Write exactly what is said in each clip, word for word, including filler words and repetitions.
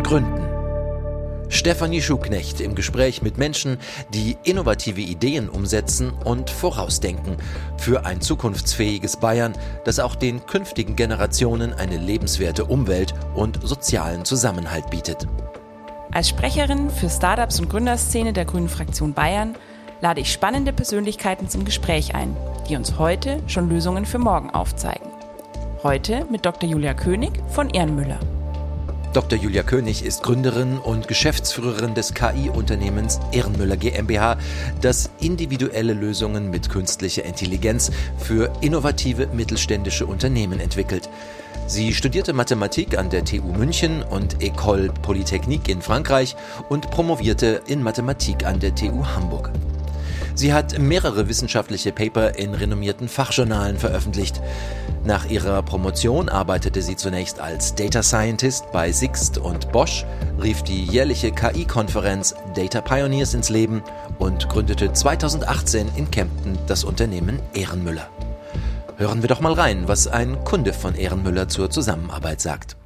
Gründen. Stefanie Schuknecht im Gespräch mit Menschen, die innovative Ideen umsetzen und vorausdenken für ein zukunftsfähiges Bayern, das auch den künftigen Generationen eine lebenswerte Umwelt und sozialen Zusammenhalt bietet. Als Sprecherin für Startups und Gründerszene der Grünen Fraktion Bayern lade ich spannende Persönlichkeiten zum Gespräch ein, die uns heute schon Lösungen für morgen aufzeigen. Heute mit Doktor Julia König von Ehrenmüller. Doktor Julia König ist Gründerin und Geschäftsführerin des K I-Unternehmens Ehrenmüller GmbH, das individuelle Lösungen mit künstlicher Intelligenz für innovative mittelständische Unternehmen entwickelt. Sie studierte Mathematik an der T U München und École Polytechnique in Frankreich und promovierte in Mathematik an der T U Hamburg. Sie hat mehrere wissenschaftliche Paper in renommierten Fachjournalen veröffentlicht. Nach ihrer Promotion arbeitete sie zunächst als Data Scientist bei Sixt und Bosch, rief die jährliche K I-Konferenz Data Pioneers ins Leben und gründete zweitausendachtzehn in Kempten das Unternehmen Ehrenmüller. Hören wir doch mal rein, was ein Kunde von Ehrenmüller zur Zusammenarbeit sagt.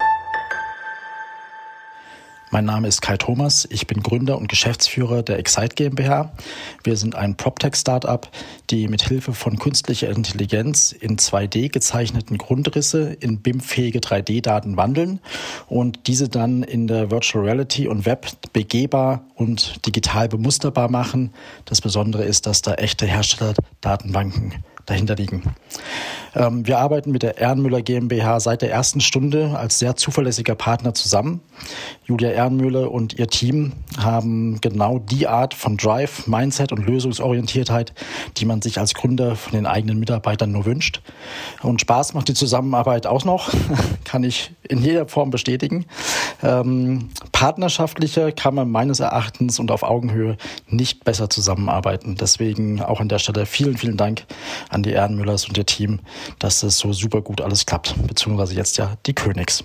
Mein Name ist Kai Thomas, ich bin Gründer und Geschäftsführer der Excite GmbH. Wir sind ein PropTech-Startup, die mit Hilfe von künstlicher Intelligenz in zwei D gezeichneten Grundrisse in B I M-fähige drei D-Daten wandeln und diese dann in der Virtual Reality und Web begehbar und digital bemusterbar machen. Das Besondere ist, dass da echte Herstellerdatenbanken dahinter liegen. Ähm, wir arbeiten mit der Ehrenmüller GmbH seit der ersten Stunde als sehr zuverlässiger Partner zusammen. Julia Ehrenmüller und ihr Team haben genau die Art von Drive, Mindset und Lösungsorientiertheit, die man sich als Gründer von den eigenen Mitarbeitern nur wünscht. Und Spaß macht die Zusammenarbeit auch noch, kann ich in jeder Form bestätigen. Ähm, partnerschaftlicher kann man meines Erachtens und auf Augenhöhe nicht besser zusammenarbeiten. Deswegen auch an der Stelle vielen, vielen Dank an die Ehrenmüllers und ihr Team, dass es so super gut alles klappt, beziehungsweise jetzt ja die Königs.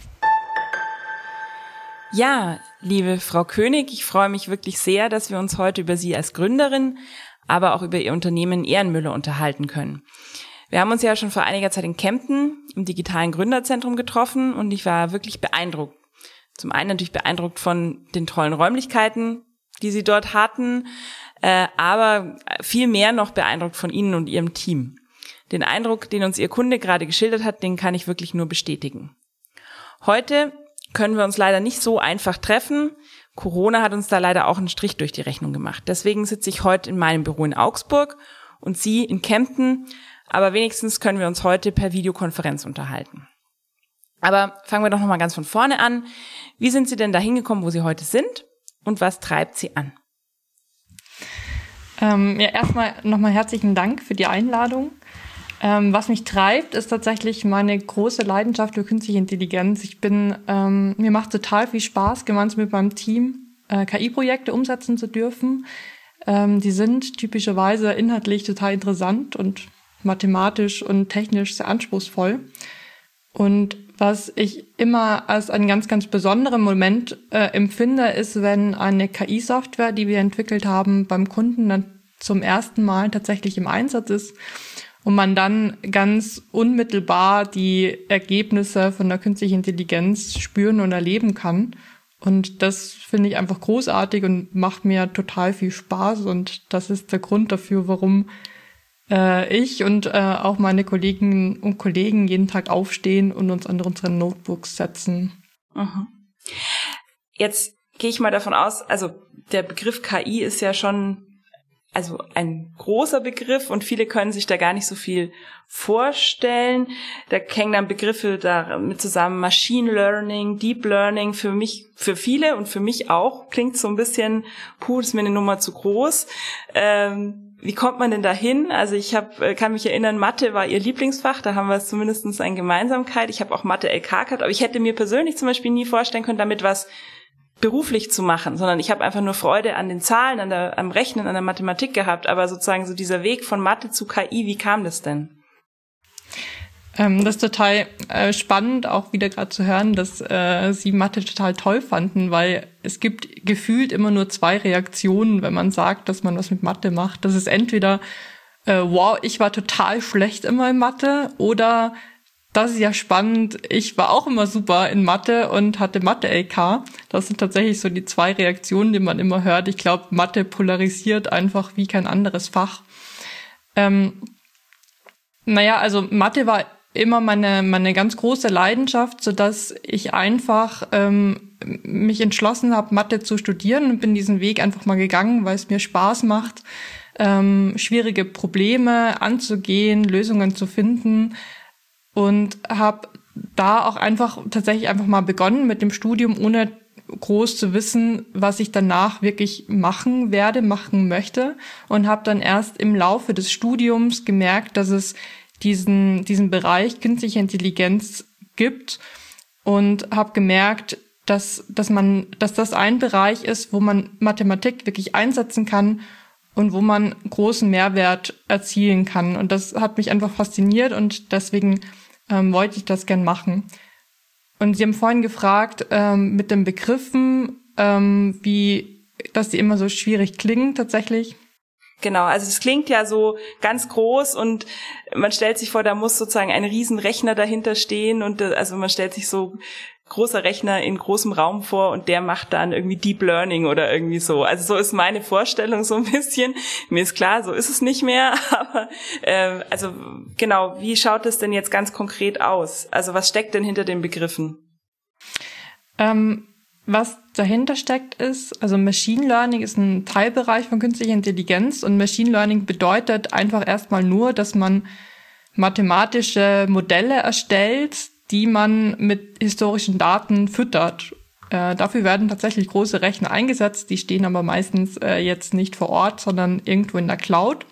Ja, liebe Frau König, ich freue mich wirklich sehr, dass wir uns heute über Sie als Gründerin, aber auch über Ihr Unternehmen Ehrenmüller unterhalten können. Wir haben uns ja schon vor einiger Zeit in Kempten im digitalen Gründerzentrum getroffen und ich war wirklich beeindruckt. Zum einen natürlich beeindruckt von den tollen Räumlichkeiten, die Sie dort hatten, äh, aber viel mehr noch beeindruckt von Ihnen und Ihrem Team. Den Eindruck, den uns Ihr Kunde gerade geschildert hat, den kann ich wirklich nur bestätigen. Heute können wir uns leider nicht so einfach treffen. Corona hat uns da leider auch einen Strich durch die Rechnung gemacht. Deswegen sitze ich heute in meinem Büro in Augsburg und Sie in Kempten, aber wenigstens können wir uns heute per Videokonferenz unterhalten. Aber fangen wir doch nochmal ganz von vorne an. Wie sind Sie denn da hingekommen, wo Sie heute sind und was treibt Sie an? Ähm, ja, erstmal nochmal herzlichen Dank für die Einladung. Ähm, was mich treibt, ist tatsächlich meine große Leidenschaft für künstliche Intelligenz. Ich bin, ähm, mir macht total viel Spaß, gemeinsam mit meinem Team äh, K I-Projekte umsetzen zu dürfen. Ähm, die sind typischerweise inhaltlich total interessant und mathematisch und technisch sehr anspruchsvoll. Und was ich immer als einen ganz, ganz besonderen Moment äh, empfinde, ist, wenn eine K I-Software, die wir entwickelt haben, beim Kunden dann zum ersten Mal tatsächlich im Einsatz ist und man dann ganz unmittelbar die Ergebnisse von der künstlichen Intelligenz spüren und erleben kann. Und das finde ich einfach großartig und macht mir total viel Spaß. Und das ist der Grund dafür, warum äh, ich und äh, auch meine Kolleginnen und Kollegen jeden Tag aufstehen und uns an unsere Notebooks setzen. Mhm. Jetzt gehe ich mal davon aus, also der Begriff K I ist ja schon also ein großer Begriff und viele können sich da gar nicht so viel vorstellen. Da hängen dann Begriffe damit zusammen, Machine Learning, Deep Learning, für mich, für viele und für mich auch, klingt so ein bisschen, puh, das ist mir eine Nummer zu groß. Ähm, wie kommt man denn da hin? Also ich hab, kann mich erinnern, Mathe war ihr Lieblingsfach, da haben wir zumindest eine Gemeinsamkeit. Ich habe auch Mathe L K gehabt, aber ich hätte mir persönlich zum Beispiel nie vorstellen können, damit was beruflich zu machen, sondern ich habe einfach nur Freude an den Zahlen, an der, am Rechnen, an der Mathematik gehabt. Aber sozusagen so dieser Weg von Mathe zu K I, wie kam das denn? Ähm, das ist total äh, spannend, auch wieder gerade zu hören, dass äh, Sie Mathe total toll fanden, weil es gibt gefühlt immer nur zwei Reaktionen, wenn man sagt, dass man was mit Mathe macht. Das ist entweder, äh, wow, ich war total schlecht immer in Mathe, oder das ist ja spannend. Ich war auch immer super in Mathe und hatte Mathe-L K. Das sind tatsächlich so die zwei Reaktionen, die man immer hört. Ich glaube, Mathe polarisiert einfach wie kein anderes Fach. Ähm, naja, also Mathe war immer meine meine ganz große Leidenschaft, sodass ich einfach ähm, mich entschlossen habe, Mathe zu studieren und bin diesen Weg einfach mal gegangen, weil es mir Spaß macht, ähm, schwierige Probleme anzugehen, Lösungen zu finden. Und habe da auch einfach tatsächlich einfach mal begonnen mit dem Studium, ohne groß zu wissen, was ich danach wirklich machen werde, machen möchte. Und habe dann erst im Laufe des Studiums gemerkt, dass es diesen diesen Bereich künstliche Intelligenz gibt. Und habe gemerkt, dass dass man dass das ein Bereich ist, wo man Mathematik wirklich einsetzen kann und wo man großen Mehrwert erzielen kann. Und das hat mich einfach fasziniert und deswegen ähm, wollte ich das gern machen. Und Sie haben vorhin gefragt, ähm, mit den Begriffen, ähm, wie, dass die immer so schwierig klingen tatsächlich. Genau, also es klingt ja so ganz groß und man stellt sich vor, da muss sozusagen ein Riesenrechner dahinter stehen und also man stellt sich so großer Rechner in großem Raum vor und der macht dann irgendwie Deep Learning oder irgendwie so. Also so ist meine Vorstellung so ein bisschen. Mir ist klar, so ist es nicht mehr, aber äh, also genau, wie schaut es denn jetzt ganz konkret aus? Also was steckt denn hinter den Begriffen? Ähm, was dahinter steckt ist, also Machine Learning ist ein Teilbereich von künstlicher Intelligenz und Machine Learning bedeutet einfach erstmal nur, dass man mathematische Modelle erstellt, die man mit historischen Daten füttert. Äh, dafür werden tatsächlich große Rechner eingesetzt, die stehen aber meistens äh, jetzt nicht vor Ort, sondern irgendwo in der Cloud.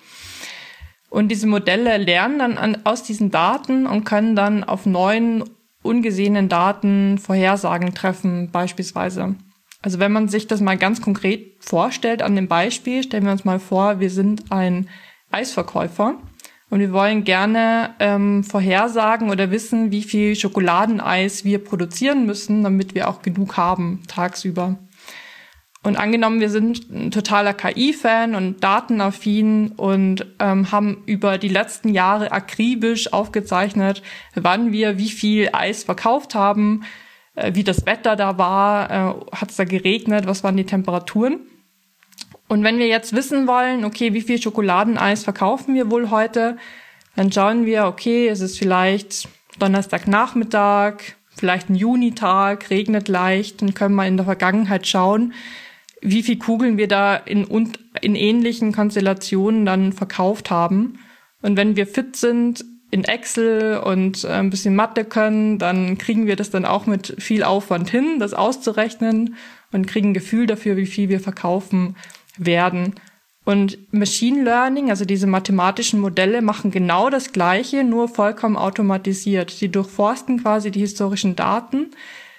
Und diese Modelle lernen dann an, aus diesen Daten und können dann auf neuen, ungesehenen Daten Vorhersagen treffen, beispielsweise. Also wenn man sich das mal ganz konkret vorstellt an dem Beispiel, stellen wir uns mal vor, wir sind ein Eisverkäufer. Und wir wollen gerne ähm, vorhersagen oder wissen, wie viel Schokoladeneis wir produzieren müssen, damit wir auch genug haben tagsüber. Und angenommen, wir sind ein totaler K I-Fan und datenaffin und ähm, haben über die letzten Jahre akribisch aufgezeichnet, wann wir wie viel Eis verkauft haben, äh, wie das Wetter da war, äh, hat es da geregnet, was waren die Temperaturen. Und wenn wir jetzt wissen wollen, okay, wie viel Schokoladeneis verkaufen wir wohl heute, dann schauen wir, okay, es ist vielleicht Donnerstagnachmittag, vielleicht ein Junitag, regnet leicht, dann können wir in der Vergangenheit schauen, wie viel Kugeln wir da in, in ähnlichen Konstellationen dann verkauft haben. Und wenn wir fit sind in Excel und ein bisschen Mathe können, dann kriegen wir das dann auch mit viel Aufwand hin, das auszurechnen und kriegen ein Gefühl dafür, wie viel wir verkaufen werden. Und Machine Learning, also diese mathematischen Modelle, machen genau das Gleiche, nur vollkommen automatisiert. Sie durchforsten quasi die historischen Daten,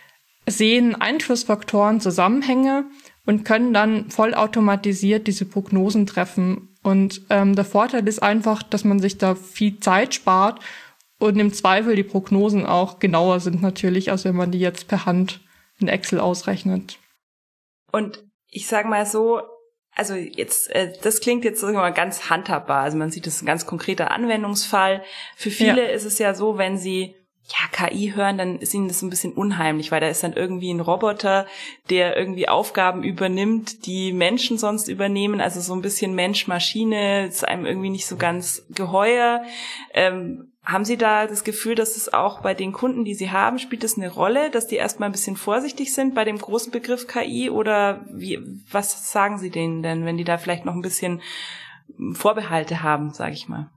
sehen Einflussfaktoren, Zusammenhänge und können dann vollautomatisiert diese Prognosen treffen. Und ähm, der Vorteil ist einfach, dass man sich da viel Zeit spart und im Zweifel die Prognosen auch genauer sind natürlich, als wenn man die jetzt per Hand in Excel ausrechnet. Und ich sage mal so, also jetzt, äh, das klingt jetzt mal ganz handhabbar. Also man sieht, das ist ein ganz konkreter Anwendungsfall. Für viele ja. ist es ja so, wenn sie ja K I hören, dann ist ihnen das ein bisschen unheimlich, weil da ist dann irgendwie ein Roboter, der irgendwie Aufgaben übernimmt, die Menschen sonst übernehmen. Also so ein bisschen Mensch-Maschine, ist einem irgendwie nicht so ganz geheuer. Ähm, haben Sie da das Gefühl, dass es auch bei den Kunden, die Sie haben, spielt es eine Rolle, dass die erstmal ein bisschen vorsichtig sind bei dem großen Begriff K I? Oder wie, was sagen Sie denen denn, wenn die da vielleicht noch ein bisschen Vorbehalte haben, sage ich mal?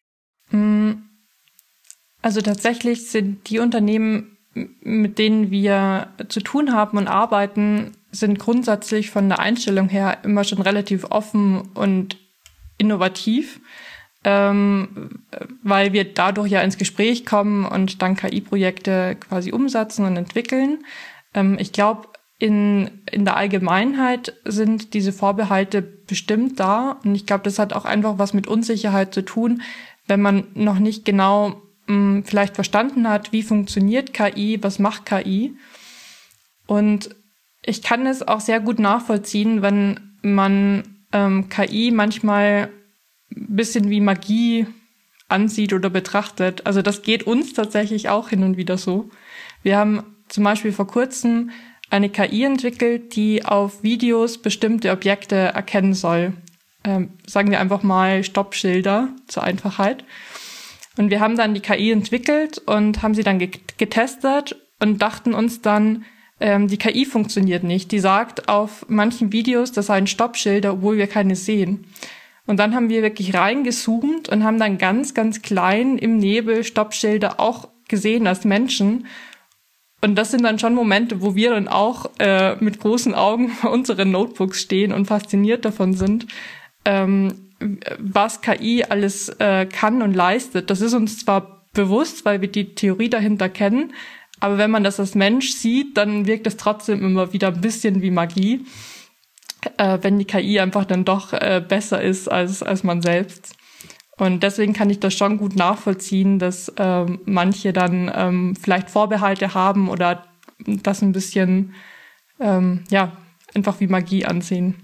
Also tatsächlich sind die Unternehmen, mit denen wir zu tun haben und arbeiten, sind grundsätzlich von der Einstellung her immer schon relativ offen und innovativ. Ähm, weil wir dadurch ja ins Gespräch kommen und dann K I-Projekte quasi umsetzen und entwickeln. Ähm, ich glaube, in in der Allgemeinheit sind diese Vorbehalte bestimmt da und ich glaube, das hat auch einfach was mit Unsicherheit zu tun, wenn man noch nicht genau mh, vielleicht verstanden hat, wie funktioniert K I, was macht K I. Und ich kann es auch sehr gut nachvollziehen, wenn man ähm, K I manchmal bisschen wie Magie ansieht oder betrachtet. Also das geht uns tatsächlich auch hin und wieder so. Wir haben zum Beispiel vor kurzem eine K I entwickelt, die auf Videos bestimmte Objekte erkennen soll. Ähm, sagen wir einfach mal Stoppschilder zur Einfachheit. Und wir haben dann die K I entwickelt und haben sie dann getestet und dachten uns dann, ähm, die K I funktioniert nicht. Die sagt auf manchen Videos, das seien Stoppschilder, obwohl wir keine sehen. Und dann haben wir wirklich reingezoomt und haben dann ganz, ganz klein im Nebel Stoppschilder auch gesehen als Menschen. Und das sind dann schon Momente, wo wir dann auch äh, mit großen Augen vor unseren Notebooks stehen und fasziniert davon sind, ähm, was K I alles äh, kann und leistet. Das ist uns zwar bewusst, weil wir die Theorie dahinter kennen, aber wenn man das als Mensch sieht, dann wirkt es trotzdem immer wieder ein bisschen wie Magie, äh, wenn die K I einfach dann doch äh, besser ist als als man selbst. Und deswegen kann ich das schon gut nachvollziehen, dass ähm, manche dann ähm, vielleicht Vorbehalte haben oder das ein bisschen ähm, ja einfach wie Magie ansehen.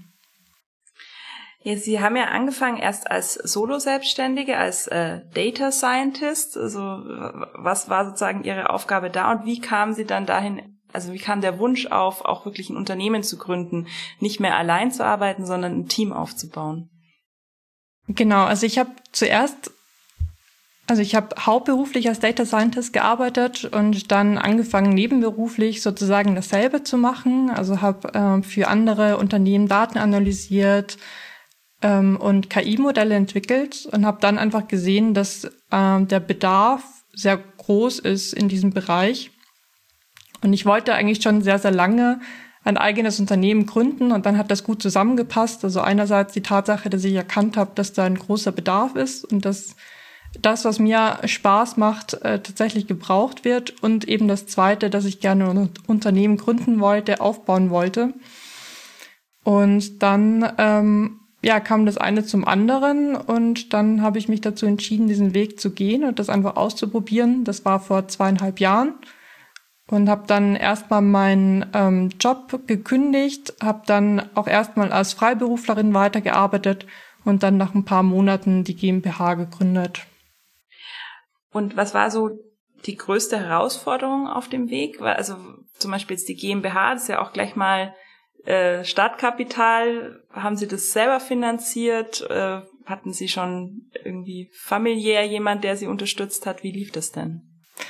Ja, Sie haben ja angefangen erst als Solo-Selbstständige, als äh, Data Scientist. Also was war sozusagen Ihre Aufgabe da und wie kamen Sie dann dahin, also wie kam der Wunsch auf, auch wirklich ein Unternehmen zu gründen, nicht mehr allein zu arbeiten, sondern ein Team aufzubauen? Genau, also ich habe zuerst, also ich habe hauptberuflich als Data Scientist gearbeitet und dann angefangen nebenberuflich sozusagen dasselbe zu machen. Also habe äh, für andere Unternehmen Daten analysiert, und K I-Modelle entwickelt und habe dann einfach gesehen, dass äh, der Bedarf sehr groß ist in diesem Bereich. Und ich wollte eigentlich schon sehr, sehr lange ein eigenes Unternehmen gründen und dann hat das gut zusammengepasst. Also einerseits die Tatsache, dass ich erkannt habe, dass da ein großer Bedarf ist und dass das, was mir Spaß macht, äh, tatsächlich gebraucht wird und eben das Zweite, dass ich gerne ein Unternehmen gründen wollte, aufbauen wollte. Und dann ähm, ja, kam das eine zum anderen und dann habe ich mich dazu entschieden, diesen Weg zu gehen und das einfach auszuprobieren. Das war vor zweieinhalb Jahren und habe dann erstmal meinen ähm, Job gekündigt, habe dann auch erstmal als Freiberuflerin weitergearbeitet und dann nach ein paar Monaten die GmbH gegründet. Und was war so die größte Herausforderung auf dem Weg? Also zum Beispiel jetzt die GmbH, das ist ja auch gleich mal Äh, Startkapital, haben Sie das selber finanziert? Äh, hatten Sie schon irgendwie familiär jemand, der Sie unterstützt hat? Wie lief das denn?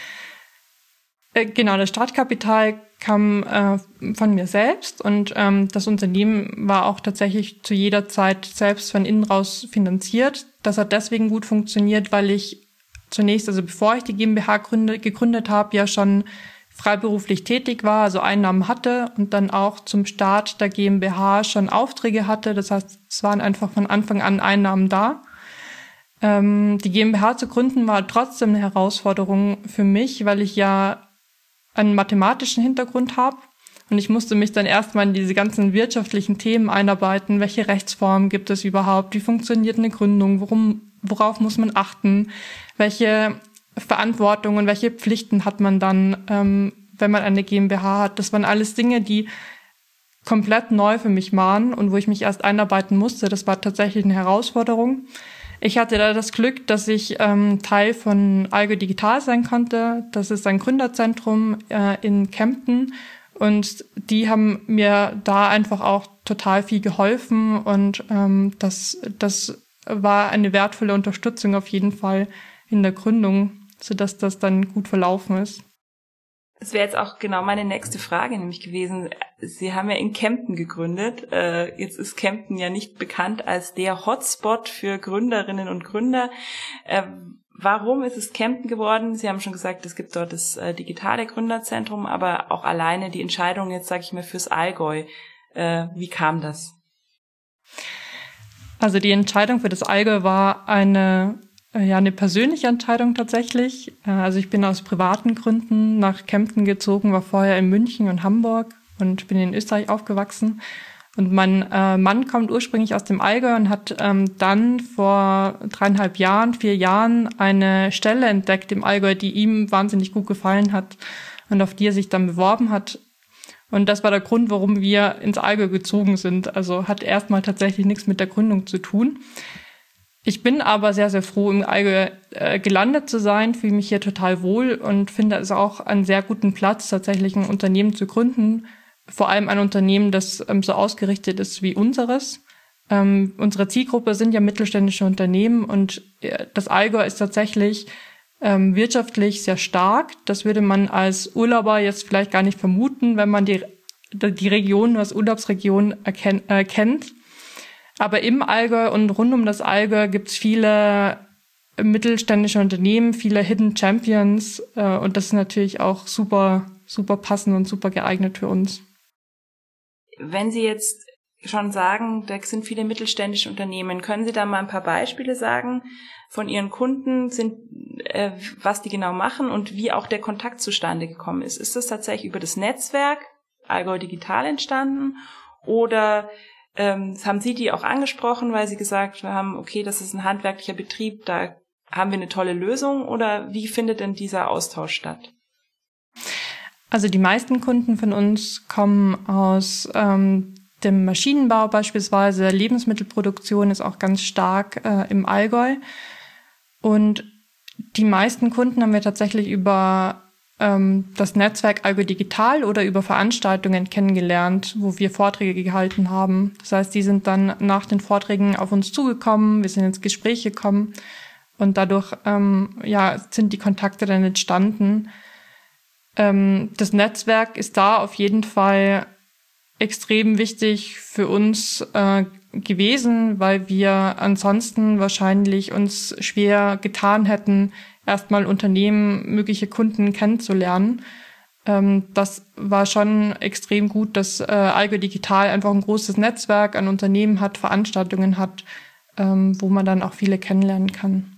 Äh, genau, das Startkapital kam äh, von mir selbst und ähm, das Unternehmen war auch tatsächlich zu jeder Zeit selbst von innen raus finanziert. Das hat deswegen gut funktioniert, weil ich zunächst, also bevor ich die GmbH gründe, gegründet habe, ja schon freiberuflich tätig war, also Einnahmen hatte und dann auch zum Start der GmbH schon Aufträge hatte. Das heißt, es waren einfach von Anfang an Einnahmen da. Ähm, die GmbH zu gründen war trotzdem eine Herausforderung für mich, weil ich ja einen mathematischen Hintergrund habe und ich musste mich dann erstmal in diese ganzen wirtschaftlichen Themen einarbeiten. Welche Rechtsformen gibt es überhaupt? Wie funktioniert eine Gründung? Worum, worauf muss man achten? Welche Verantwortung und welche Pflichten hat man dann, ähm, wenn man eine GmbH hat. Das waren alles Dinge, die komplett neu für mich waren und wo ich mich erst einarbeiten musste. Das war tatsächlich eine Herausforderung. Ich hatte da das Glück, dass ich ähm, Teil von Allgäu Digital sein konnte. Das ist ein Gründerzentrum äh, in Kempten und die haben mir da einfach auch total viel geholfen und ähm, das, das war eine wertvolle Unterstützung auf jeden Fall in der Gründung, sodass das dann gut verlaufen ist. Das wäre jetzt auch genau meine nächste Frage nämlich gewesen. Sie haben ja in Kempten gegründet. Äh, jetzt ist Kempten ja nicht bekannt als der Hotspot für Gründerinnen und Gründer. Äh, warum ist es Kempten geworden? Sie haben schon gesagt, es gibt dort das äh, digitale Gründerzentrum, aber auch alleine die Entscheidung jetzt, sage ich mal, fürs Allgäu. Äh, wie kam das? Also die Entscheidung für das Allgäu war eine Ja, eine persönliche Entscheidung tatsächlich. Also ich bin aus privaten Gründen nach Kempten gezogen, war vorher in München und Hamburg und bin in Österreich aufgewachsen. Und mein äh, Mann kommt ursprünglich aus dem Allgäu und hat ähm, dann vor dreieinhalb Jahren, vier Jahren eine Stelle entdeckt im Allgäu, die ihm wahnsinnig gut gefallen hat und auf die er sich dann beworben hat. Und das war der Grund, warum wir ins Allgäu gezogen sind. Also hat erstmal tatsächlich nichts mit der Gründung zu tun. Ich bin aber sehr, sehr froh, im Allgäu äh, gelandet zu sein, fühle mich hier total wohl und finde es auch einen sehr guten Platz, tatsächlich ein Unternehmen zu gründen. Vor allem ein Unternehmen, das ähm, so ausgerichtet ist wie unseres. Ähm, unsere Zielgruppe sind ja mittelständische Unternehmen und äh, das Allgäu ist tatsächlich ähm, wirtschaftlich sehr stark. Das würde man als Urlauber jetzt vielleicht gar nicht vermuten, wenn man die, die Region als Urlaubsregion erken- äh, kennt. Aber im Allgäu und rund um das Allgäu gibt es viele mittelständische Unternehmen, viele Hidden Champions äh, und das ist natürlich auch super, super passend und super geeignet für uns. Wenn Sie jetzt schon sagen, da sind viele mittelständische Unternehmen, können Sie da mal ein paar Beispiele sagen von Ihren Kunden, sind, äh, was die genau machen und wie auch der Kontakt zustande gekommen ist? Ist das tatsächlich über das Netzwerk Allgäu Digital entstanden oder ähm, haben Sie die auch angesprochen, weil Sie gesagt haben, okay, das ist ein handwerklicher Betrieb, da haben wir eine tolle Lösung, oder wie findet denn dieser Austausch statt? Also die meisten Kunden von uns kommen aus ähm, dem Maschinenbau beispielsweise, Lebensmittelproduktion ist auch ganz stark äh, im Allgäu. Und die meisten Kunden haben wir tatsächlich über ähm, das Netzwerk Allgäu Digital oder über Veranstaltungen kennengelernt, wo wir Vorträge gehalten haben. Das heißt, die sind dann nach den Vorträgen auf uns zugekommen, wir sind ins Gespräch gekommen und dadurch ähm, ja, sind die Kontakte dann entstanden. Ähm, das Netzwerk ist da auf jeden Fall extrem wichtig für uns äh, gewesen, weil wir ansonsten wahrscheinlich uns schwer getan hätten, erstmal Unternehmen, mögliche Kunden kennenzulernen. Ähm, das war schon extrem gut, dass äh, Allgäu Digital einfach ein großes Netzwerk an Unternehmen hat, Veranstaltungen hat, ähm, wo man dann auch viele kennenlernen kann.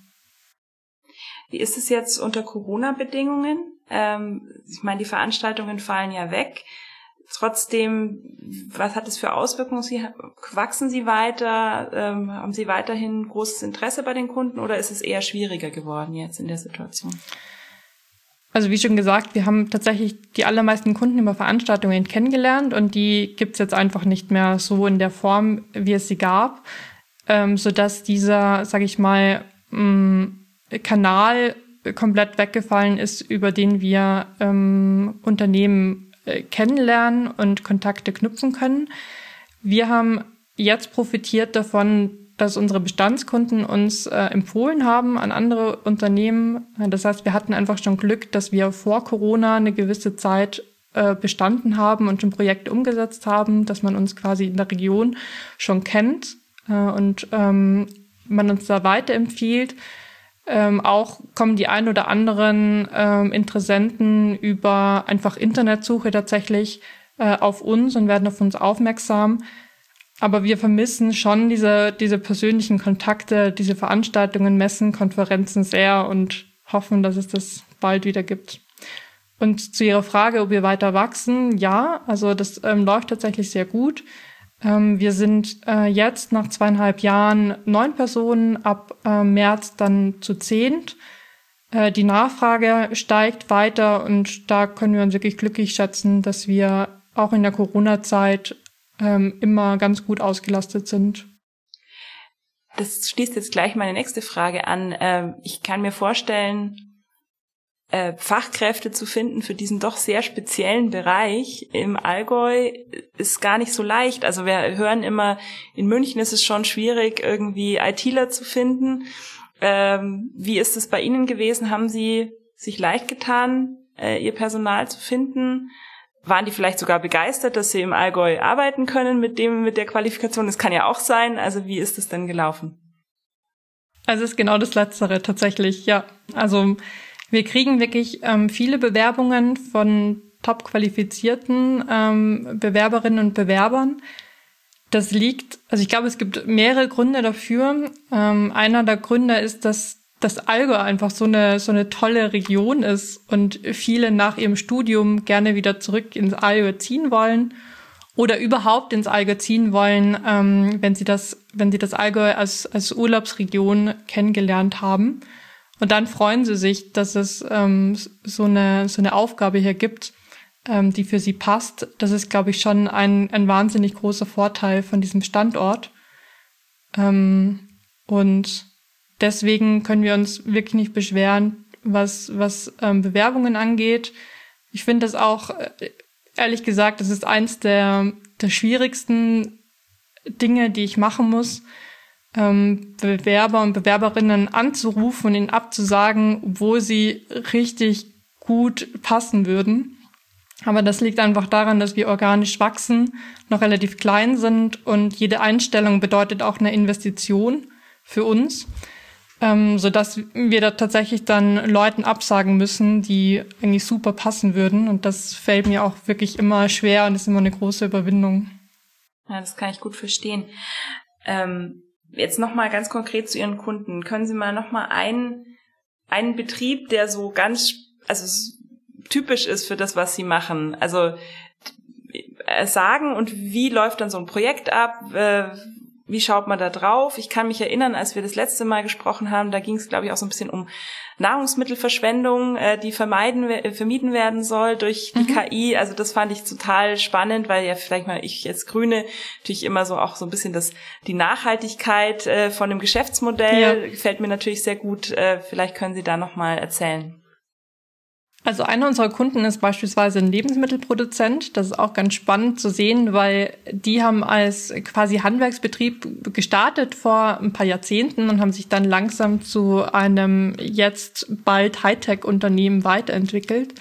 Wie ist es jetzt unter Corona-Bedingungen? Ähm, ich meine, die Veranstaltungen fallen ja weg. Trotzdem, was hat es für Auswirkungen? Sie, wachsen Sie weiter? Ähm, haben Sie weiterhin großes Interesse bei den Kunden oder ist es eher schwieriger geworden jetzt in der Situation? Also wie schon gesagt, wir haben tatsächlich die allermeisten Kunden über Veranstaltungen kennengelernt und die gibt's jetzt einfach nicht mehr so in der Form, wie es sie gab, ähm, sodass dieser, sage ich mal, mh, Kanal komplett weggefallen ist, über den wir ähm, Unternehmen äh, kennenlernen und Kontakte knüpfen können. Wir haben jetzt profitiert davon, dass unsere Bestandskunden uns äh, empfohlen haben an andere Unternehmen. Das heißt, wir hatten einfach schon Glück, dass wir vor Corona eine gewisse Zeit äh, bestanden haben und schon Projekte umgesetzt haben, dass man uns quasi in der Region schon kennt äh, und ähm, man uns da weiterempfiehlt. Ähm, auch kommen die ein oder anderen ähm, Interessenten über einfach Internetsuche tatsächlich äh, auf uns und werden auf uns aufmerksam. Aber wir vermissen schon diese, diese persönlichen Kontakte, diese Veranstaltungen, Messen, Konferenzen sehr und hoffen, dass es das bald wieder gibt. Und zu Ihrer Frage, ob wir weiter wachsen, ja, also das ähm, läuft tatsächlich sehr gut. Ähm, wir sind äh, jetzt nach zweieinhalb Jahren neun Personen, ab äh, März dann zu zehnt. Äh, die Nachfrage steigt weiter und da können wir uns wirklich glücklich schätzen, dass wir auch in der Corona-Zeit ähm, immer ganz gut ausgelastet sind. Das schließt jetzt gleich meine nächste Frage an. Ähm, ich kann mir vorstellen, äh, Fachkräfte zu finden für diesen doch sehr speziellen Bereich im Allgäu ist gar nicht so leicht. Also wir hören immer, in München ist es schon schwierig, irgendwie ITler zu finden. Ähm, wie ist es bei Ihnen gewesen? Haben Sie sich leicht getan, äh, Ihr Personal zu finden? Waren die vielleicht sogar begeistert, dass sie im Allgäu arbeiten können mit dem, mit der Qualifikation? Das kann ja auch sein. Also wie ist es denn gelaufen? Also es ist genau das Letztere tatsächlich, ja. Also wir kriegen wirklich ähm, viele Bewerbungen von top qualifizierten ähm, Bewerberinnen und Bewerbern. Das liegt, also ich glaube, es gibt mehrere Gründe dafür. Ähm, einer der Gründe ist, dass das Allgäu einfach so eine so eine tolle Region ist und viele nach ihrem Studium gerne wieder zurück ins Allgäu ziehen wollen oder überhaupt ins Allgäu ziehen wollen, ähm, wenn sie das wenn sie das Allgäu als als Urlaubsregion kennengelernt haben. Und dann freuen sie sich, dass es ähm, so eine so eine Aufgabe hier gibt, ähm, die für sie passt. Das ist, glaube ich, schon ein ein wahnsinnig großer Vorteil von diesem Standort. Ähm, und deswegen können wir uns wirklich nicht beschweren, was, was ähm, Bewerbungen angeht. Ich finde das auch, ehrlich gesagt, das ist eins der, der schwierigsten Dinge, die ich machen muss, ähm, Bewerber und Bewerberinnen anzurufen und ihnen abzusagen, obwohl sie richtig gut passen würden. Aber das liegt einfach daran, dass wir organisch wachsen, noch relativ klein sind und jede Einstellung bedeutet auch eine Investition für uns, ähm, sodass wir da tatsächlich dann Leuten absagen müssen, die eigentlich super passen würden. Und das fällt mir auch wirklich immer schwer und ist immer eine große Überwindung. Ja, das kann ich gut verstehen. Ähm, jetzt nochmal ganz konkret zu Ihren Kunden. Können Sie mal nochmal einen, einen Betrieb, der so ganz, also typisch ist für das, was Sie machen, also äh, sagen und wie läuft dann so ein Projekt ab? Äh, Wie schaut man da drauf? Ich kann mich erinnern, als wir das letzte Mal gesprochen haben, da ging es, glaube ich, auch so ein bisschen um Nahrungsmittelverschwendung, äh, die vermeiden, vermieden werden soll durch die mhm. K I. Also das fand ich total spannend, weil ja vielleicht mal ich als Grüne natürlich immer so auch so ein bisschen das die Nachhaltigkeit äh, von dem Geschäftsmodell ja. gefällt mir natürlich sehr gut. Äh, vielleicht können Sie da noch mal erzählen. Also einer unserer Kunden ist beispielsweise ein Lebensmittelproduzent. Das ist auch ganz spannend zu sehen, weil die haben als quasi Handwerksbetrieb gestartet vor ein paar Jahrzehnten und haben sich dann langsam zu einem jetzt bald Hightech-Unternehmen weiterentwickelt.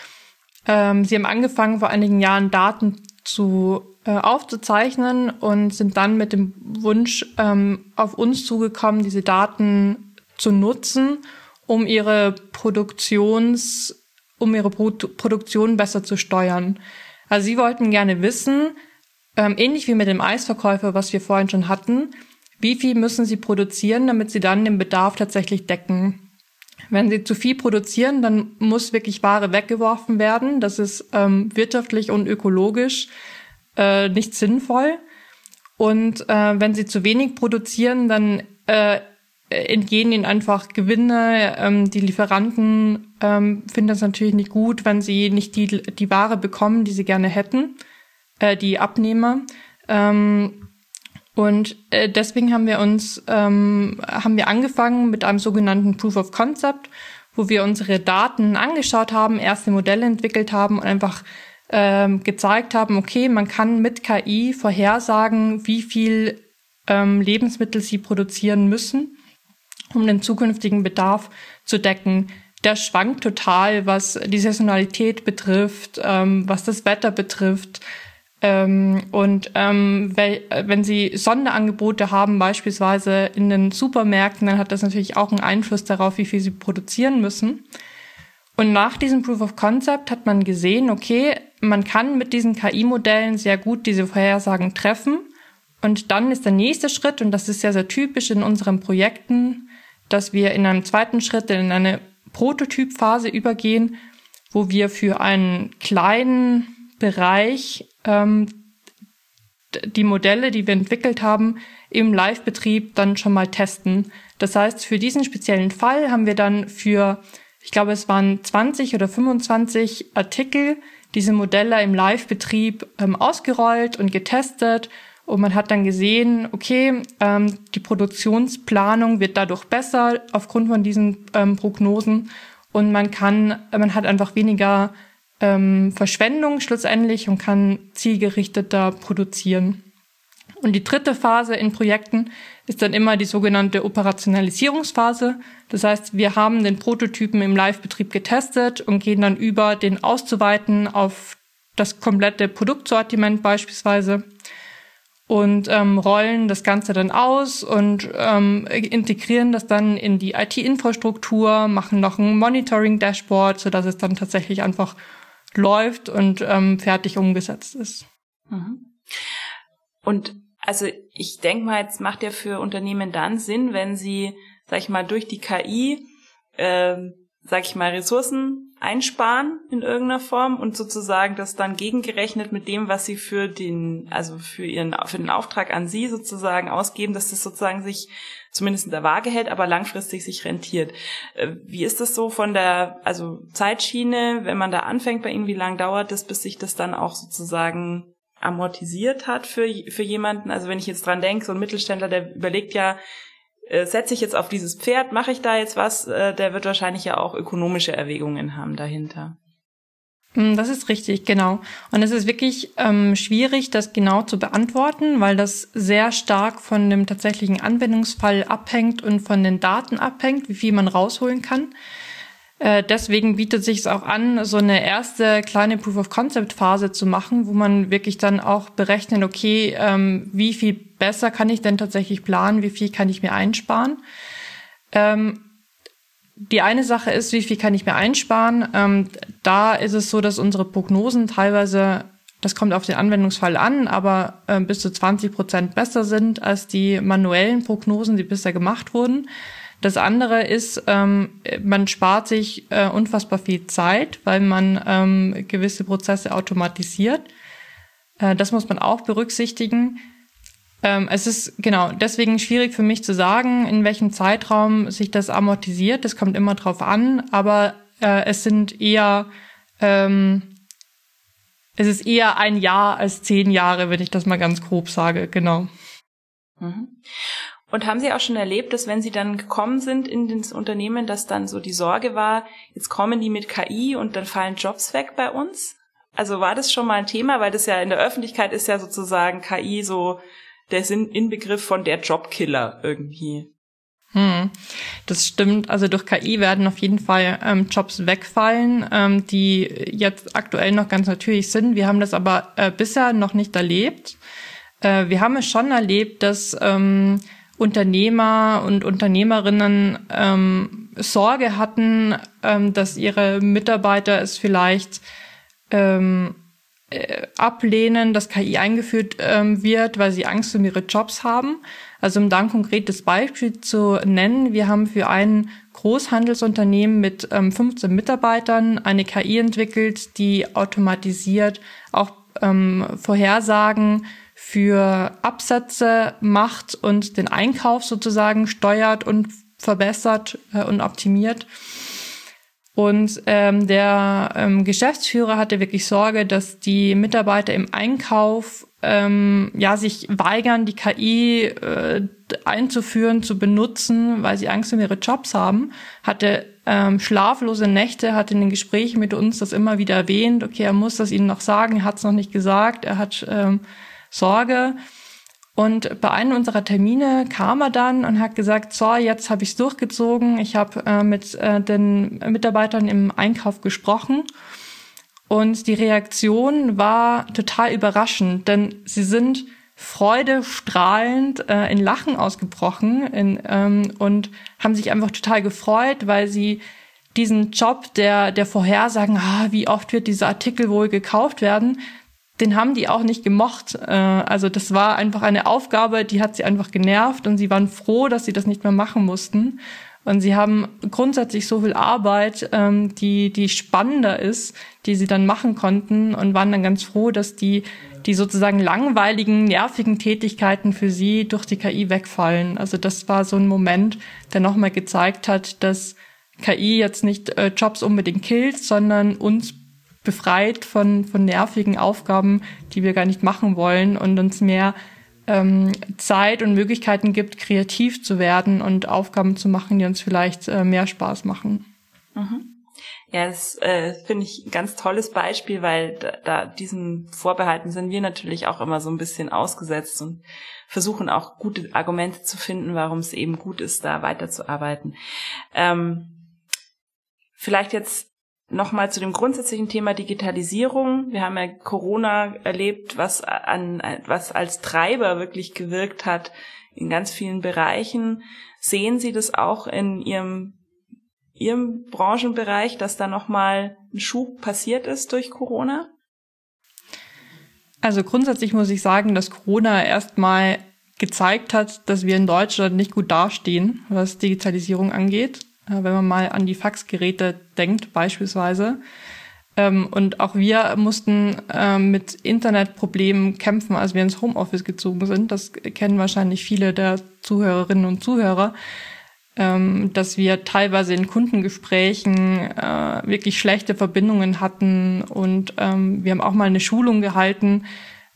Ähm, sie haben angefangen, vor einigen Jahren Daten zu äh, aufzuzeichnen und sind dann mit dem Wunsch ähm, auf uns zugekommen, diese Daten zu nutzen, um ihre Produktions um ihre Produktion besser zu steuern. Also sie wollten gerne wissen, ähm, ähnlich wie mit dem Eisverkäufer, was wir vorhin schon hatten, wie viel müssen sie produzieren, damit sie dann den Bedarf tatsächlich decken. Wenn sie zu viel produzieren, dann muss wirklich Ware weggeworfen werden. Das ist ähm, wirtschaftlich und ökologisch äh, nicht sinnvoll. Und äh, wenn sie zu wenig produzieren, dann äh, entgehen ihnen einfach Gewinne. Ähm, die Lieferanten ähm, finden das natürlich nicht gut, wenn sie nicht die die Ware bekommen, die sie gerne hätten, äh, die Abnehmer. Ähm, und äh, deswegen haben wir uns ähm, haben wir angefangen mit einem sogenannten Proof of Concept, wo wir unsere Daten angeschaut haben, erste Modelle entwickelt haben und einfach ähm, gezeigt haben, okay, man kann mit K I vorhersagen, wie viel ähm, Lebensmittel sie produzieren müssen, um den zukünftigen Bedarf zu decken. Der schwankt total, was die Saisonalität betrifft, ähm, was das Wetter betrifft. Ähm, und ähm, weil, wenn Sie Sonderangebote haben, beispielsweise in den Supermärkten, dann hat das natürlich auch einen Einfluss darauf, wie viel Sie produzieren müssen. Und nach diesem Proof of Concept hat man gesehen, okay, man kann mit diesen K I-Modellen sehr gut diese Vorhersagen treffen. Und dann ist der nächste Schritt, und das ist sehr, sehr typisch in unseren Projekten, dass wir in einem zweiten Schritt in eine Prototypphase übergehen, wo wir für einen kleinen Bereich ähm, die Modelle, die wir entwickelt haben, im Live-Betrieb dann schon mal testen. Das heißt, für diesen speziellen Fall haben wir dann für, ich glaube, es waren zwanzig oder fünfundzwanzig Artikel, diese Modelle im Live-Betrieb ähm, ausgerollt und getestet. Und man hat dann gesehen, okay, ähm, die Produktionsplanung wird dadurch besser aufgrund von diesen ähm, Prognosen und man kann, man hat einfach weniger ähm, Verschwendung schlussendlich und kann zielgerichteter produzieren. Und die dritte Phase in Projekten ist dann immer die sogenannte Operationalisierungsphase. Das heißt, wir haben den Prototypen im Live-Betrieb getestet und gehen dann über, den auszuweiten auf das komplette Produktsortiment beispielsweise. Und ähm, rollen das Ganze dann aus und ähm, integrieren das dann in die I T-Infrastruktur, machen noch ein Monitoring-Dashboard, sodass es dann tatsächlich einfach läuft und ähm, fertig umgesetzt ist. Mhm. Und also ich denke mal, jetzt macht ja für Unternehmen dann Sinn, wenn sie, sag ich mal, durch die K I, ähm, sag ich mal, Ressourcen einsparen in irgendeiner Form und sozusagen das dann gegengerechnet mit dem, was sie für den, also für ihren, für den Auftrag an Sie sozusagen ausgeben, dass das sozusagen sich zumindest in der Waage hält, aber langfristig sich rentiert. Wie ist das so von der, also Zeitschiene, wenn man da anfängt bei Ihnen, wie lange dauert das, bis sich das dann auch sozusagen amortisiert hat für, für jemanden? Also wenn ich jetzt dran denke, so ein Mittelständler, der überlegt ja, äh, setze ich jetzt auf dieses Pferd, mache ich da jetzt was, äh, der wird wahrscheinlich ja auch ökonomische Erwägungen haben dahinter. Das ist richtig, genau. Und es ist wirklich ähm, schwierig, das genau zu beantworten, weil das sehr stark von dem tatsächlichen Anwendungsfall abhängt und von den Daten abhängt, wie viel man rausholen kann. Äh, deswegen bietet sich es auch an, so eine erste kleine Proof-of-Concept-Phase zu machen, wo man wirklich dann auch berechnet, okay, ähm, wie viel besser kann ich denn tatsächlich planen, wie viel kann ich mir einsparen. Ähm, Die eine Sache ist, wie viel kann ich mir einsparen? Ähm, da ist es so, dass unsere Prognosen teilweise, das kommt auf den Anwendungsfall an, aber äh, bis zu zwanzig Prozent besser sind als die manuellen Prognosen, die bisher gemacht wurden. Das andere ist, ähm, man spart sich äh, unfassbar viel Zeit, weil man ähm, gewisse Prozesse automatisiert. Äh, das muss man auch berücksichtigen. Ähm, es ist genau deswegen schwierig für mich zu sagen, in welchem Zeitraum sich das amortisiert. Das kommt immer drauf an, aber äh, es sind eher, ähm, es ist eher ein Jahr als zehn Jahre, wenn ich das mal ganz grob sage, genau. Mhm. Und haben Sie auch schon erlebt, dass wenn Sie dann gekommen sind in das Unternehmen, dass dann so die Sorge war, jetzt kommen die mit K I und dann fallen Jobs weg bei uns? Also war das schon mal ein Thema, weil das ja in der Öffentlichkeit ist ja sozusagen K I so der Inbegriff von der Jobkiller irgendwie. Hm, das stimmt. Also durch K I werden auf jeden Fall ähm, Jobs wegfallen, ähm, die jetzt aktuell noch ganz natürlich sind. Wir haben das aber äh, bisher noch nicht erlebt. Äh, wir haben es schon erlebt, dass ähm, Unternehmer und Unternehmerinnen ähm, Sorge hatten, ähm, dass ihre Mitarbeiter es vielleicht ähm, äh, ablehnen, dass K I eingeführt ähm, wird, weil sie Angst um ihre Jobs haben. Also um da ein konkretes Beispiel zu nennen, wir haben für ein Großhandelsunternehmen mit ähm, fünfzehn Mitarbeitern eine K I entwickelt, die automatisiert auch ähm, Vorhersagen für Absätze macht und den Einkauf sozusagen steuert und verbessert äh, und optimiert. Und ähm, der ähm, Geschäftsführer hatte wirklich Sorge, dass die Mitarbeiter im Einkauf ähm, ja sich weigern, die K I äh, einzuführen, zu benutzen, weil sie Angst um ihre Jobs haben. Hatte ähm, schlaflose Nächte, hat in den Gesprächen mit uns das immer wieder erwähnt. Okay, er muss das ihnen noch sagen, er hat es noch nicht gesagt, er hat ähm, Sorge. Und bei einem unserer Termine kam er dann und hat gesagt, so, jetzt habe ich es durchgezogen. Ich habe äh, mit äh, den Mitarbeitern im Einkauf gesprochen. Und die Reaktion war total überraschend, denn sie sind freudestrahlend äh, in Lachen ausgebrochen in, ähm, und haben sich einfach total gefreut, weil sie diesen Job der, der Vorhersagen, ah, wie oft wird dieser Artikel wohl gekauft werden, den haben die auch nicht gemocht. Also das war einfach eine Aufgabe, die hat sie einfach genervt und sie waren froh, dass sie das nicht mehr machen mussten. Und sie haben grundsätzlich so viel Arbeit, die die spannender ist, die sie dann machen konnten und waren dann ganz froh, dass die die sozusagen langweiligen, nervigen Tätigkeiten für sie durch die K I wegfallen. Also das war so ein Moment, der nochmal gezeigt hat, dass K I jetzt nicht Jobs unbedingt killt, sondern uns befreit von von nervigen Aufgaben, die wir gar nicht machen wollen und uns mehr ähm, Zeit und Möglichkeiten gibt, kreativ zu werden und Aufgaben zu machen, die uns vielleicht äh, mehr Spaß machen. Mhm. Ja, das äh, finde ich ein ganz tolles Beispiel, weil da, da diesen Vorbehalten sind wir natürlich auch immer so ein bisschen ausgesetzt und versuchen auch gute Argumente zu finden, warum es eben gut ist, da weiterzuarbeiten. Ähm, vielleicht jetzt nochmal zu dem grundsätzlichen Thema Digitalisierung. Wir haben ja Corona erlebt, was an, was als Treiber wirklich gewirkt hat in ganz vielen Bereichen. Sehen Sie das auch in Ihrem, Ihrem Branchenbereich, dass da nochmal ein Schub passiert ist durch Corona? Also grundsätzlich muss ich sagen, dass Corona erstmal gezeigt hat, dass wir in Deutschland nicht gut dastehen, was Digitalisierung angeht. Wenn man mal an die Faxgeräte denkt beispielsweise. Und auch wir mussten mit Internetproblemen kämpfen, als wir ins Homeoffice gezogen sind. Das kennen wahrscheinlich viele der Zuhörerinnen und Zuhörer, dass wir teilweise in Kundengesprächen wirklich schlechte Verbindungen hatten. Und wir haben auch mal eine Schulung gehalten,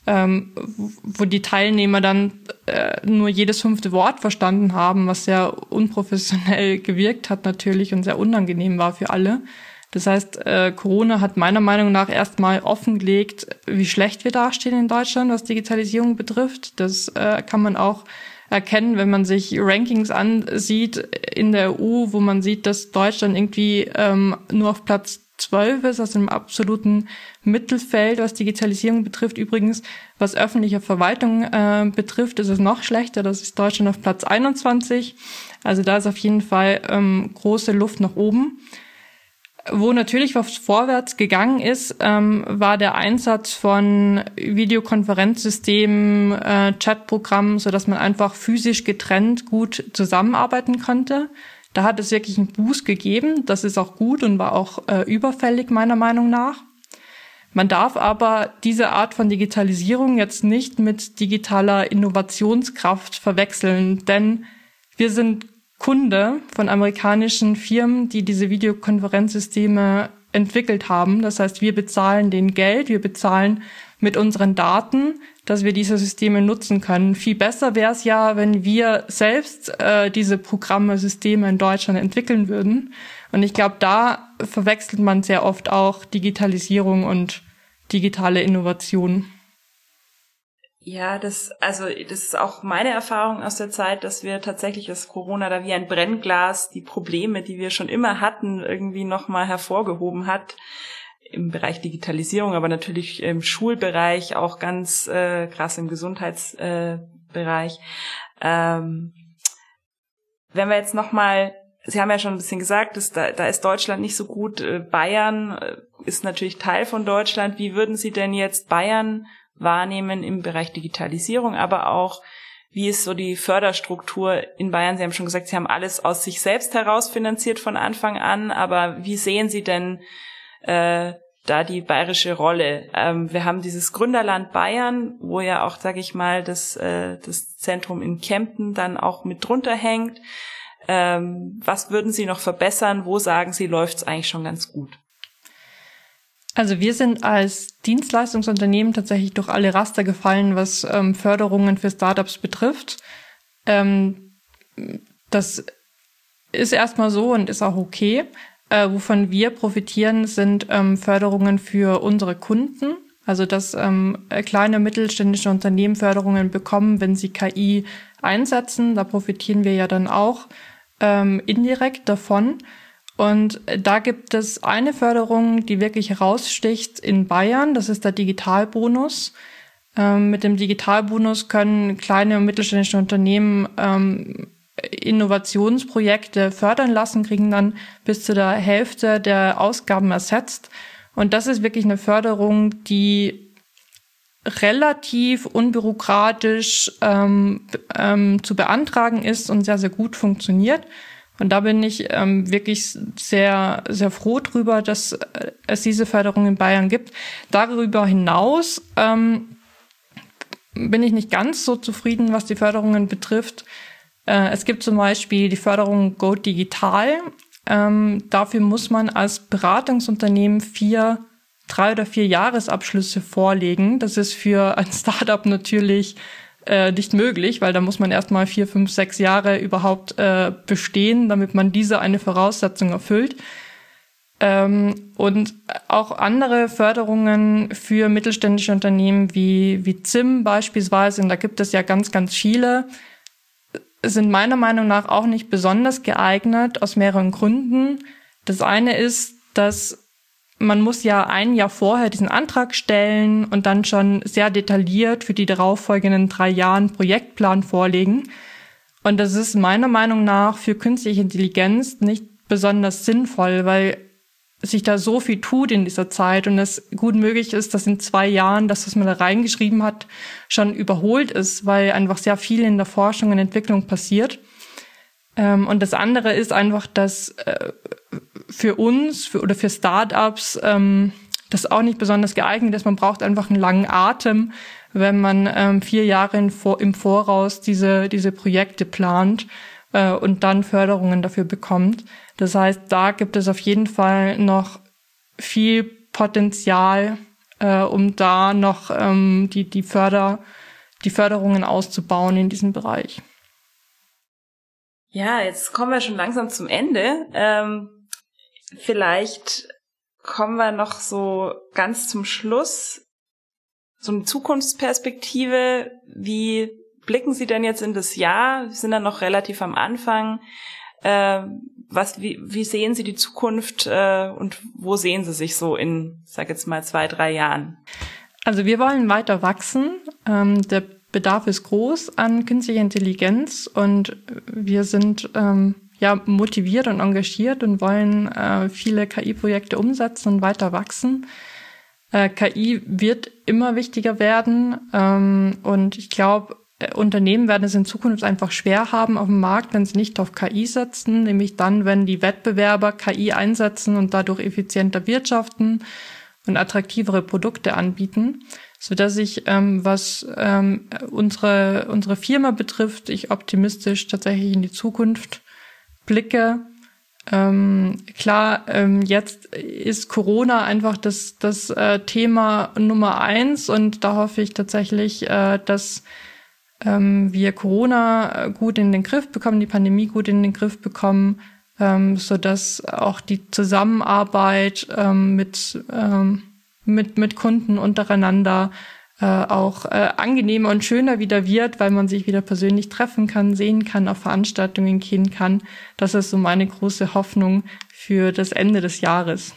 ähm, wo die Teilnehmer dann äh, nur jedes fünfte Wort verstanden haben, was sehr unprofessionell gewirkt hat natürlich und sehr unangenehm war für alle. Das heißt, äh, Corona hat meiner Meinung nach erstmal offengelegt, wie schlecht wir dastehen in Deutschland, was Digitalisierung betrifft. Das äh, kann man auch erkennen, wenn man sich Rankings ansieht in der E U, wo man sieht, dass Deutschland irgendwie ähm, nur auf Platz zwölf ist, also im absoluten Mittelfeld, was Digitalisierung betrifft. Übrigens, was öffentliche Verwaltung äh, betrifft, ist es noch schlechter. Das ist Deutschland auf Platz einundzwanzig. Also da ist auf jeden Fall ähm, große Luft nach oben. Wo natürlich was vorwärts gegangen ist, ähm, war der Einsatz von Videokonferenzsystemen, äh, Chatprogrammen, so dass man einfach physisch getrennt gut zusammenarbeiten konnte. Da hat es wirklich einen Boost gegeben. Das ist auch gut und war auch äh, überfällig meiner Meinung nach. Man darf aber diese Art von Digitalisierung jetzt nicht mit digitaler Innovationskraft verwechseln, denn wir sind Kunde von amerikanischen Firmen, die diese Videokonferenzsysteme entwickelt haben. Das heißt, wir bezahlen denen Geld, wir bezahlen mit unseren Daten, dass wir diese Systeme nutzen können. Viel besser wäre es ja, wenn wir selbst äh, diese Programme, Systeme in Deutschland entwickeln würden. Und ich glaube, da verwechselt man sehr oft auch Digitalisierung und digitale Innovation. Ja, das, also, das ist auch meine Erfahrung aus der Zeit, dass wir tatsächlich das Corona da wie ein Brennglas die Probleme, die wir schon immer hatten, irgendwie nochmal hervorgehoben hat. Im Bereich Digitalisierung, aber natürlich im Schulbereich, auch ganz äh, krass im Gesundheitsbereich. Äh, ähm, wenn wir jetzt nochmal, Sie haben ja schon ein bisschen gesagt, dass da, da ist Deutschland nicht so gut. Äh, Bayern äh, ist natürlich Teil von Deutschland. Wie würden Sie denn jetzt Bayern wahrnehmen im Bereich Digitalisierung, aber auch, wie ist so die Förderstruktur in Bayern? Sie haben schon gesagt, Sie haben alles aus sich selbst heraus finanziert von Anfang an, aber wie sehen Sie denn äh, da die bayerische Rolle? Ähm, wir haben dieses Gründerland Bayern, wo ja auch, sage ich mal, das, äh, das Zentrum in Kempten dann auch mit drunter hängt. Ähm, was würden Sie noch verbessern? Wo sagen Sie, läuft's eigentlich schon ganz gut? Also wir sind als Dienstleistungsunternehmen tatsächlich durch alle Raster gefallen, was ähm, Förderungen für Startups betrifft. Ähm, das ist erstmal so und ist auch okay. Äh, wovon wir profitieren, sind ähm, Förderungen für unsere Kunden. Also dass ähm, kleine mittelständische Unternehmen Förderungen bekommen, wenn sie K I einsetzen. Da profitieren wir ja dann auch ähm, indirekt davon. Und da gibt es eine Förderung, die wirklich heraussticht in Bayern. Das ist der Digitalbonus. Ähm, mit dem Digitalbonus können kleine und mittelständische Unternehmen ähm, Innovationsprojekte fördern lassen, kriegen dann bis zu der Hälfte der Ausgaben ersetzt. Und das ist wirklich eine Förderung, die relativ unbürokratisch ähm, ähm, zu beantragen ist und sehr, sehr gut funktioniert. Und da bin ich ähm, wirklich sehr, sehr froh drüber, dass äh, es diese Förderung in Bayern gibt. Darüber hinaus ähm, bin ich nicht ganz so zufrieden, was die Förderungen betrifft. Äh, es gibt zum Beispiel die Förderung Go Digital. Ähm, dafür muss man als Beratungsunternehmen vier, drei oder vier Jahresabschlüsse vorlegen. Das ist für ein Startup natürlich Äh, nicht möglich, weil da muss man erstmal vier, fünf, sechs Jahre überhaupt äh, bestehen, damit man diese eine Voraussetzung erfüllt. Ähm, und auch andere Förderungen für mittelständische Unternehmen wie wie Z I M beispielsweise, und da gibt es ja ganz, ganz viele, sind meiner Meinung nach auch nicht besonders geeignet, aus mehreren Gründen. Das eine ist, dass man muss ja ein Jahr vorher diesen Antrag stellen und dann schon sehr detailliert für die darauffolgenden drei Jahre einen Projektplan vorlegen. Und das ist meiner Meinung nach für künstliche Intelligenz nicht besonders sinnvoll, weil sich da so viel tut in dieser Zeit und es gut möglich ist, dass in zwei Jahren das, was man da reingeschrieben hat, schon überholt ist, weil einfach sehr viel in der Forschung und Entwicklung passiert. Und das andere ist einfach, dass für uns für, oder für Startups ähm, das auch nicht besonders geeignet ist. Man braucht einfach einen langen Atem, wenn man ähm, vier Jahre in, im Voraus diese diese Projekte plant äh, und dann Förderungen dafür bekommt. Das heißt, da gibt es auf jeden Fall noch viel Potenzial, äh, um da noch ähm, die, die, Förder, die Förderungen auszubauen in diesem Bereich. Ja, jetzt kommen wir schon langsam zum Ende. Ähm, vielleicht kommen wir noch so ganz zum Schluss. So eine Zukunftsperspektive. Wie blicken Sie denn jetzt in das Jahr? Wir sind dann noch relativ am Anfang. Äh, was, wie, wie sehen Sie die Zukunft äh, und wo sehen Sie sich so in, ich sag jetzt mal, zwei, drei Jahren? Also wir wollen weiter wachsen. Ähm, der Bedarf ist groß an künstlicher Intelligenz und wir sind ähm, ja motiviert und engagiert und wollen äh, viele K I-Projekte umsetzen und weiter wachsen. Äh, K I wird immer wichtiger werden ähm, und ich glaube, Unternehmen werden es in Zukunft einfach schwer haben auf dem Markt, wenn sie nicht auf K I setzen, nämlich dann, wenn die Wettbewerber K I einsetzen und dadurch effizienter wirtschaften und attraktivere Produkte anbieten, so dass ich, ähm, was ähm, unsere unsere Firma betrifft, ich optimistisch tatsächlich in die Zukunft blicke. Ähm, klar, ähm, jetzt ist Corona einfach das das äh, Thema Nummer eins und da hoffe ich tatsächlich, äh, dass ähm, wir Corona gut in den Griff bekommen, die Pandemie gut in den Griff bekommen, ähm, so dass auch die Zusammenarbeit ähm, mit ähm, mit mit Kunden untereinander äh, auch äh, angenehmer und schöner wieder wird, weil man sich wieder persönlich treffen kann, sehen kann, auf Veranstaltungen gehen kann. Das ist so meine große Hoffnung für das Ende des Jahres.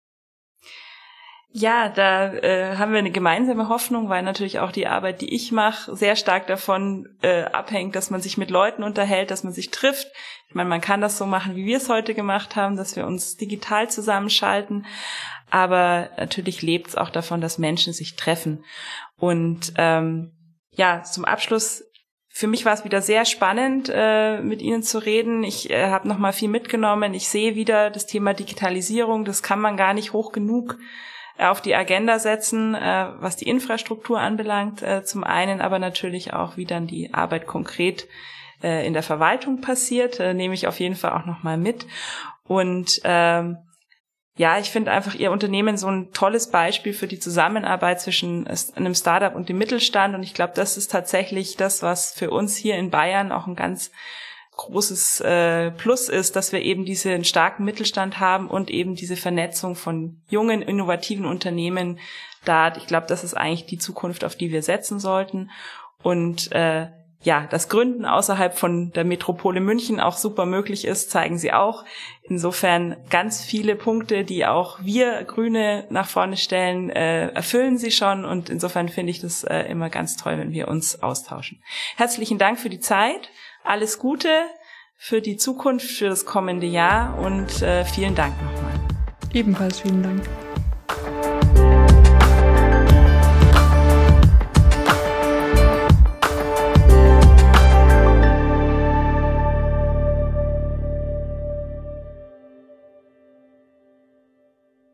Ja, da äh, haben wir eine gemeinsame Hoffnung, weil natürlich auch die Arbeit, die ich mache, sehr stark davon äh, abhängt, dass man sich mit Leuten unterhält, dass man sich trifft. Ich meine, man kann das so machen, wie wir es heute gemacht haben, dass wir uns digital zusammenschalten. Aber natürlich lebt es auch davon, dass Menschen sich treffen. Und ähm, ja, zum Abschluss, für mich war es wieder sehr spannend, äh, mit Ihnen zu reden. Ich äh, habe nochmal viel mitgenommen. Ich sehe wieder das Thema Digitalisierung, das kann man gar nicht hoch genug auf die Agenda setzen, äh, was die Infrastruktur anbelangt, äh, zum einen, aber natürlich auch, wie dann die Arbeit konkret äh, in der Verwaltung passiert, äh, nehme ich auf jeden Fall auch nochmal mit. Und ähm, ja, ich finde einfach Ihr Unternehmen so ein tolles Beispiel für die Zusammenarbeit zwischen einem Startup und dem Mittelstand. Und ich glaube, das ist tatsächlich das, was für uns hier in Bayern auch ein ganz großes äh, Plus ist, dass wir eben diesen starken Mittelstand haben und eben diese Vernetzung von jungen, innovativen Unternehmen da. Ich glaube, das ist eigentlich die Zukunft, auf die wir setzen sollten. Und äh, ja, das Gründen außerhalb von der Metropole München auch super möglich ist, zeigen Sie auch. Insofern ganz viele Punkte, die auch wir Grüne nach vorne stellen, äh, erfüllen Sie schon. Und insofern finde ich das äh, immer ganz toll, wenn wir uns austauschen. Herzlichen Dank für die Zeit. Alles Gute für die Zukunft, für das kommende Jahr und äh, vielen Dank nochmal. Ebenfalls vielen Dank.